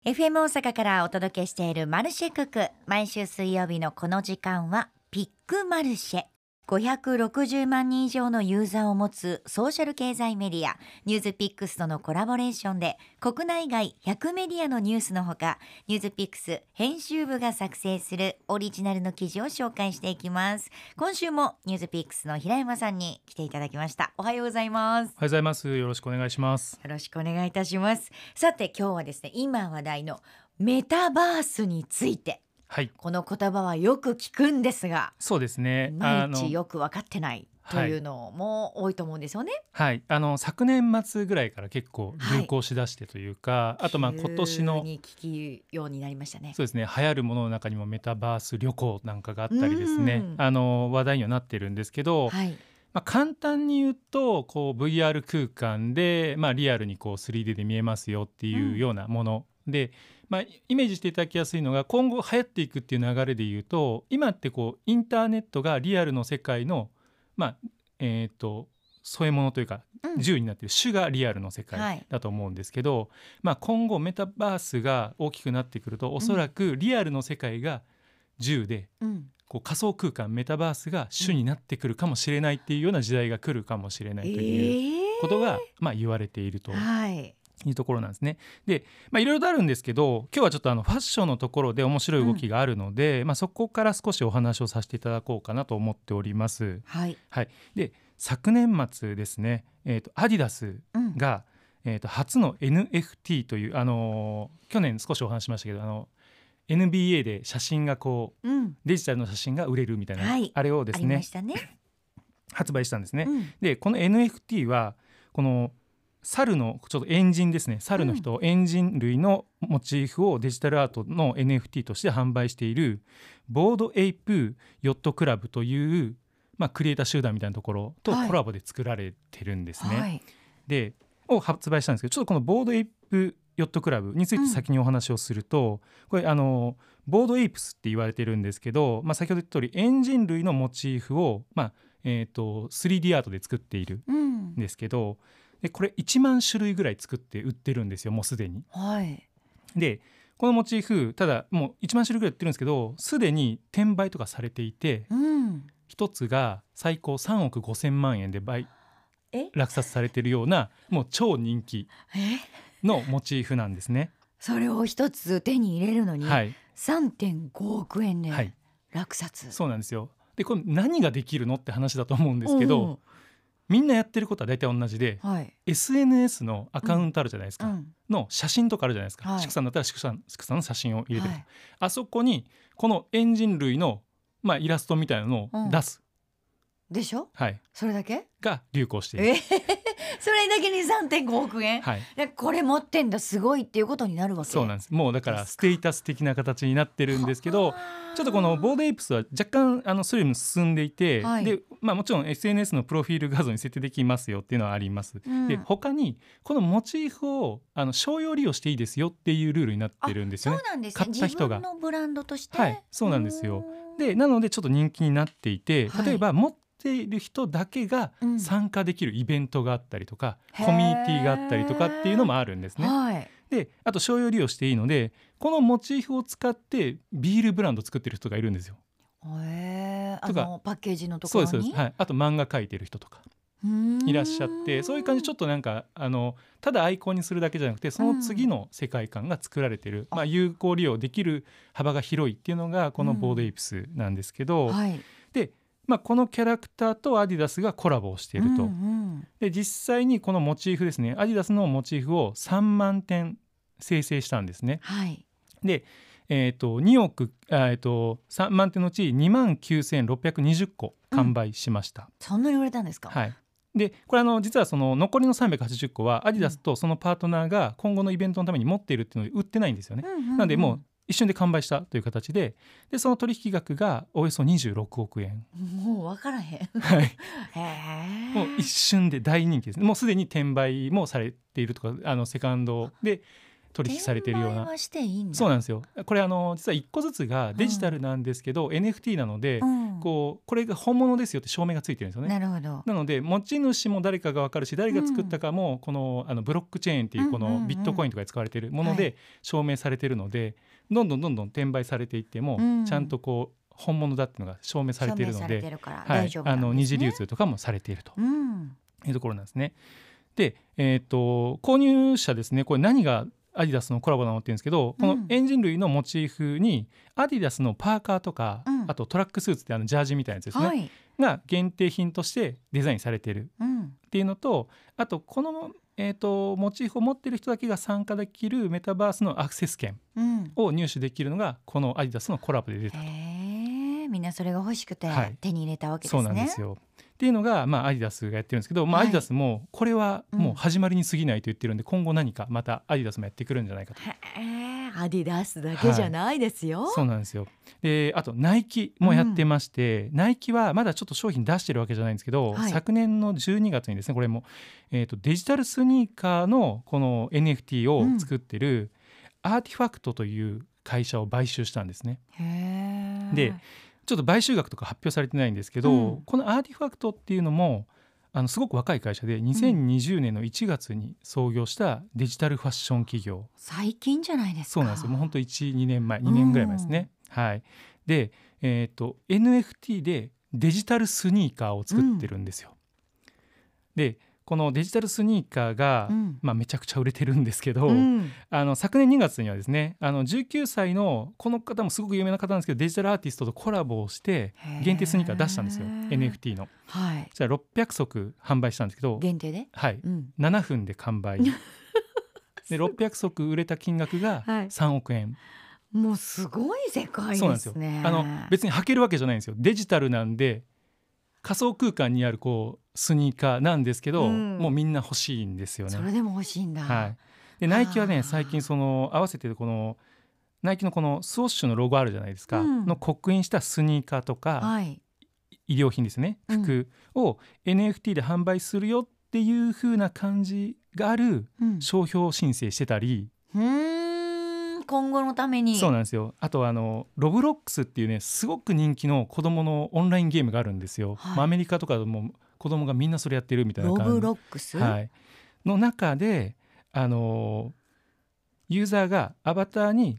FM 大阪からお届けしているマルシェクク。毎週水曜日のこの時間はピックマルシェ。560万人以上のユーザーを持つソーシャル経済メディアニュースピックスとのコラボレーションで国内外100メディアのニュースのほか、ニュースピックス編集部が作成するオリジナルの記事を紹介していきます。今週もニュースピックスの平山さんに来ていただきました。おはようございます。 おはようございます。よろしくお願いします。 よろしくお願いいたします。さて今日はですね、今話題のメタバースについて、 はい、 この言葉はよく聞くんですが、 そうですね。 いまいちよく分かってないというのも多いと思うんですよね。 はい、昨年末ぐらいから結構流行しだしてというか、あと今年の急に聞くようになりましたね。 そうですね、流行るものの中にもメタバース旅行なんかがあったりですね、話題にはなってるんですけど、 はい、 簡単に言うとこう VR 空間で、リアルにこう 3D で見えますよっていうようなもので、イメージしていただきやすいのが今後流行っていくっていう流れで言うと、今ってこうインターネットがリアルの世界の添え物というか銃になっている種がリアルの世界だと思うんですけど、今後メタバースが大きくなってくると、おそらくリアルの世界が銃で、こう仮想空間メタバースが主になってくるかもしれないっていうような時代が来るかもしれないということが、言われているというところなんですね。で、いろいろとあるんですけど、今日はちょっとファッションのところで面白い動きがあるので、そこから少しお話をさせていただこうかなと思っております。 はい、 で昨年末ですね、アディダスが、初の NFT という、去年少しお話しましたけど、NBA で写真がこう、デジタルの写真が売れるみたいな、あれをですね、発売したんですね。でこの NFT はこの猿のちょっとエンジンですね、猿の人、エンジン類のモチーフをデジタルアートの NFT として販売しているボードエイプヨットクラブという、クリエイター集団みたいなところとコラボで作られてるんですね。でを発売したんですけど、ちょっとこのボードエイプヨットクラブについて先にお話をすると、これボードエイプスって言われてるんですけど、先ほど言った通りエンジン類のモチーフを、3D アートで作っているんですけど、でこれ1万種類ぐらい作って売ってるんですよ、もうすでに。でこのモチーフ、ただもう1万種類ぐらい売ってるんですけど、すでに転売とかされていて、一つが最高3億5千万円で落札されているような、もう超人気のモチーフなんですね。 それを一つ手に入れるのに 3.5 億円で落札、 そうなんですよ。でこれ何ができるのって話だと思うんですけど、みんなやってることは大体同じで、SNS のアカウントあるじゃないですか、の写真とかあるじゃないですか、畜産だったら畜産の写真を入れてると、あそこにこのエンジン類の、イラストみたいなのを出す、 でしょ、それだけが流行している、 それだけに 3.5 億円、これ持ってんだすごいっていうことになるわけ。 そうなんです。もうだからステータス的な形になってるんですけど、ちょっとこのボードエイプスは若干それよりも進んでいて、でもちろん SNS のプロフィール画像に設定できますよっていうのはあります。で他にこのモチーフを商用利用していいですよっていうルールになってるんですよね。 そうなんですね、 買った人が自分のブランドとして、 そうなんですよ。でなのでちょっと人気になっていて、例えば持っている人だけが参加できるイベントがあったりとか、コミュニティがあったりとかっていうのもあるんですね。であと商用利用していいので、このモチーフを使ってビールブランド作ってる人がいるんですよ。とかパッケージのところにそうです、あと漫画描いてる人とかいらっしゃって、そういう感じでちょっとなんかただアイコンにするだけじゃなくて、その次の世界観が作られてる、有効利用できる幅が広いっていうのがこのボードエイプスなんですけど、でこのキャラクターとアディダスがコラボをしていると、で実際にこのモチーフですね、アディダスのモチーフを3万点生成したんですね。で、2億3万点のうち29,620個完売しました。 そんなに売れたんですか？ でこれ実はその残りの380個はアディダスとそのパートナーが今後のイベントのために持っているっていうので売ってないんですよね。なのでもう一瞬で完売したという形で、その取引額がおよそ26億円。 もう分からへんもう一瞬で大人気ですね。もうすでに転売もされているとか、セカンドで取引されているような。 転売はしていいんだ。 そうなんですよ。これ実は1個ずつがデジタルなんですけど、NFT なので、これが本物ですよって証明がついてるんですよね。 なるほど。 なので持ち主も誰かが分かるし、誰が作ったかもこのブロックチェーンっていうこのビットコインとかで使われているもので証明されているので、どんどん転売されていっても、ちゃんと本物だっていうのが証明されているので、二次流通とかもされているというところなんですね。で、購入者ですね、これ何がアディダスのコラボなのって言うんですけど、このエンジン類のモチーフにアディダスのパーカーとか、あとトラックスーツってジャージみたいなやつですね、が限定品としてデザインされているっていうのと、あとこの、モチーフを持っている人だけが参加できるメタバースのアクセス券を入手できるのがこのアディダスのコラボで出たと。 みんなそれが欲しくて手に入れたわけですね。 そうなんですよ。っていうのが、アディダスがやってるんですけど、アディダスもこれはもう始まりに過ぎないと言ってるんで、今後何かまたアディダスもやってくるんじゃないかと。 アディダスだけじゃないですよ。 そうなんですよ。で、あとナイキもやってまして、ナイキはまだちょっと商品出してるわけじゃないんですけど、昨年の12月にですね、これも、デジタルスニーカーのこの NFT を作ってるアーティファクトという会社を買収したんですね。でちょっと買収額とか発表されてないんですけど、このアーティファクトっていうのもすごく若い会社で2020年の1月に創業したデジタルファッション企業。 最近じゃないですか。 そうなんですよ。もう本当 2年前2年ぐらい前ですね。で、NFT でデジタルスニーカーを作ってるんですよ。でこのデジタルスニーカーが、めちゃくちゃ売れてるんですけど、昨年2月にはですね、19歳のこの方もすごく有名な方なんですけど、デジタルアーティストとコラボをして限定スニーカー出したんですよ、NFT の。そしたら600足販売したんですけど、 限定で、 7分で完売で600足売れた金額が3億円。 もうすごい世界ですね。 そうなんですよ。別に履けるわけじゃないんですよ。デジタルなんで仮想空間にあるスニーカーなんですけど、もうみんな欲しいんですよね。 それでも欲しいんだ。 でナイキはね、最近合わせてこのナイキのこのスウォッシュのロゴあるじゃないですか、の刻印したスニーカーとか、衣料品ですね、服を NFT で販売するよっていう風な感じがある商標申請してたり、 今後のために。 そうなんですよ。あとロブロックスっていうね、すごく人気の子供のオンラインゲームがあるんですよ。アメリカとかでも子供がみんなそれやってるみたいな感じ。 ロブロックス、 の中でユーザーがアバターに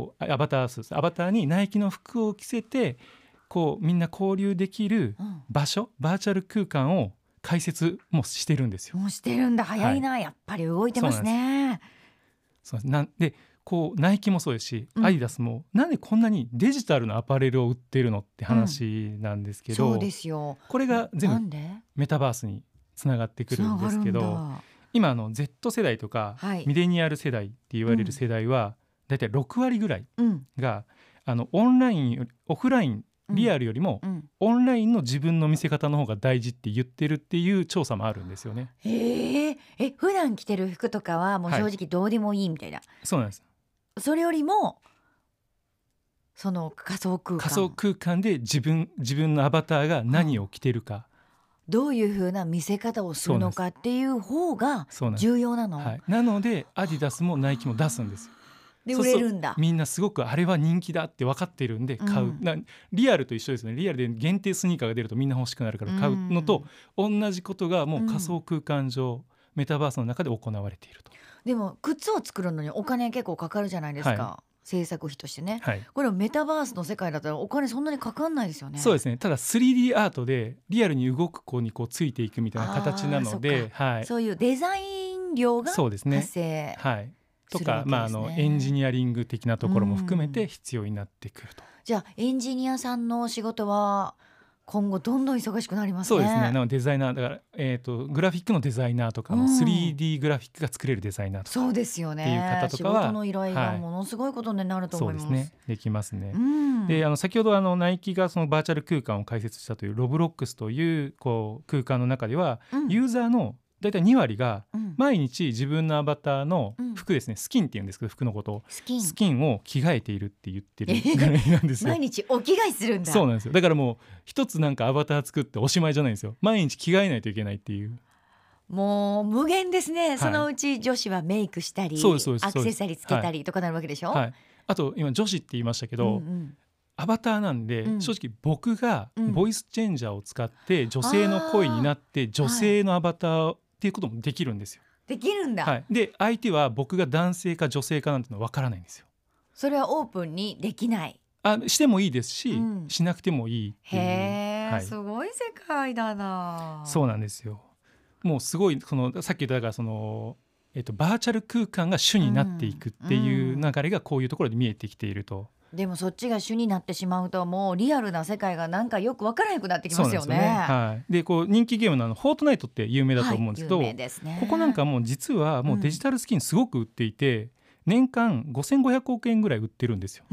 ナイキの服を着せてみんな交流できる場所、バーチャル空間を開設もしてるんですよ。 もうしてるんだ。早いな、やっぱり動いてますね。 そうなんでナイキもそうですし、アディダスもなんでこんなにデジタルのアパレルを売ってるのって話なんですけど、 そうですよ。 これが全部メタバースにつながってくるんですけど、今Z 世代とか、ミレニアル世代って言われる世代はだいたい6割ぐらいが、オンラインオフラインリアルよりも、オンラインの自分の見せ方の方が大事って言ってるっていう調査もあるんですよね。 普段着てる服とかはもう正直どうでもいいみたいな。 そうなんです。 それよりもその仮想空間で自分のアバターが何を着てるか、 どういう風な見せ方をするのかっていう方が重要なの。 なのでアディダスもナイキも出すんですよ。 で売れるんだ。 みんなすごくあれは人気だって分かってるんで買う、リアルと一緒ですね。リアルで限定スニーカーが出るとみんな欲しくなるから買うのと同じことがもう仮想空間上、メタバースの中で行われていると。 でも靴を作るのにお金結構かかるじゃないですか、制作費としてね、これをメタバースの世界だったらお金そんなにかかんないですよね。 そうですね。ただ 3D アートでリアルに動く子についていくみたいな形なので、 そういうデザイン料が発生とか、エンジニアリング的なところも含めて必要になってくると。 じゃあエンジニアさんの仕事は今後どんどん忙しくなりますね。 そうですね。なのでデザイナーだから、グラフィックのデザイナーとかも 3D グラフィックが作れるデザイナーとか、 そうですよね。 っていう方とかは仕事の依頼がものすごいことになると思います。 そうですね。できますね。で先ほどナイキがそのバーチャル空間を開設したというロブロックスという空間の中では、ユーザーのだいたい2割が毎日自分のアバターの服ですね、スキンって言うんですけど、服のことをスキンを着替えているって言ってるぐらいなんですよ。 毎日お着替えするんだ。 そうなんですよ。だからもう一つなんかアバター作っておしまいじゃないんですよ。毎日着替えないといけないっていう。 もう無限ですね、そのうち女子はメイクしたりそうですそうですアクセサリーつけたりとかなるわけでしょ、 はい、あと今女子って言いましたけど、アバターなんで、正直僕がボイスチェンジャーを使って女性の声になって女性のアバターっていうこともできるんですよ。 できるんだ、 はい、で相手は僕が男性か女性かなんてのは分からないんですよ。 それはオープンにできない。 してもいいですし、しなくてもいいっていう。 へー、すごい世界だな。 そうなんですよ。もうすごいさっき言っただからバーチャル空間が主になっていくっていう流れがこういうところで見えてきていると。 でもそっちが主になってしまうともうリアルな世界がなんかよく分からなくなってきますよね。 はい、で人気ゲームのフォートナイトって有名だと思うんですけど、 有名ですね。 ここなんかもう実はもうデジタルスキンすごく売っていて、年間5500億円ぐらい売ってるんですよ。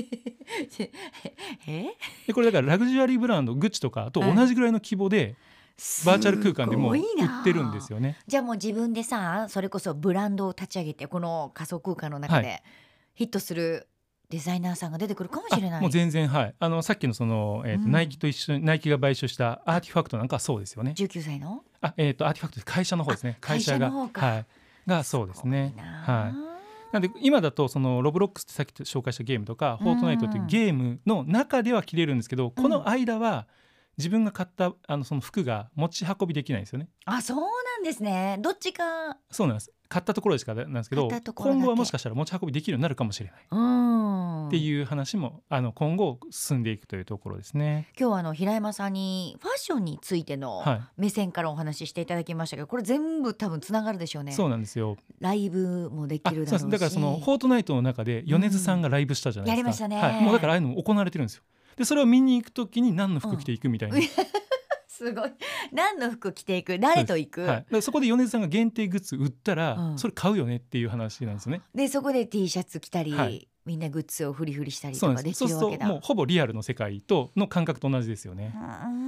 でこれだからラグジュアリーブランドグッチとかと同じぐらいの規模で、バーチャル空間でも売ってるんですよね。 じゃあもう自分でさ、それこそブランドを立ち上げてこの仮想空間の中でヒットするデザイナーさんが出てくるかもしれない。 もう全然、はい、さっきのナイキと一緒にナイキが買収したアーティファクトなんかはそうですよね。 19歳のアーティファクト会社の方ですね。会社ががそうですね。はい。なんで今だとロブロックスってさっき紹介したゲームとか、フォートナイトっていうゲームの中では着れるんですけど、この間は自分が買ったその服が持ち運びできないんですよね。 あ、そうなんですね。どっちか。 そうなんです。買ったところでしかなんですけど、今後はもしかしたら持ち運びできるようになるかもしれないっていう話も今後進んでいくというところですね。 今日は平山さんにファッションについての目線からお話ししていただきましたけど、これ全部多分つながるでしょうね。 そうなんですよ。 ライブもできるだろうし。 だからフォートナイトの中で米津さんがライブしたじゃないですか。 やりましたね。 もうだからああいうのも行われてるんですよ。でそれを見に行くときに何の服着ていくみたいな。 すごい。何の服着ていく、誰と行く。 だからそこで米津さんが限定グッズ売ったら、それ買うよねっていう話なんですよね。 でそこで T シャツ着たり、みんなグッズをフリフリしたりとかできるわけだ。 もうほぼリアルの世界との感覚と同じですよね。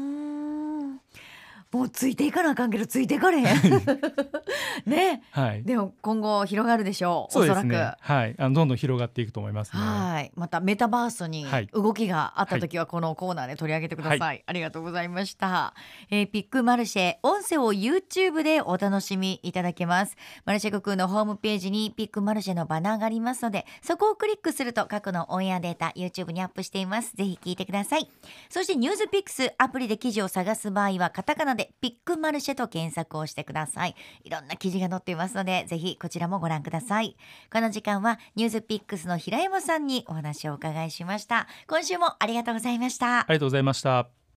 もうついていかなあかんけどついていかれへんね、はい、でも今後広がるでしょう。 そうですね、 おそらく、 はい、どんどん広がっていくと思いますね。 はい、またメタバースに動きがあった時はこのコーナーで取り上げてください、はい、ありがとうございました。ピックマルシェ音声を YouTube でお楽しみいただけます。マルシェ国空のホームページにピックマルシェのバナーがありますので、そこをクリックすると過去のオンエアデータ YouTube にアップしています。ぜひ聞いてください。そしてニュースピックスアプリで記事を探す場合はカタカナでピックマルシェと検索をしてください。いろんな記事が載っていますので、ぜひこちらもご覧ください。この時間はニュースピックスの平山さんにお話をお伺いしました。今週もありがとうございました。 ありがとうございました。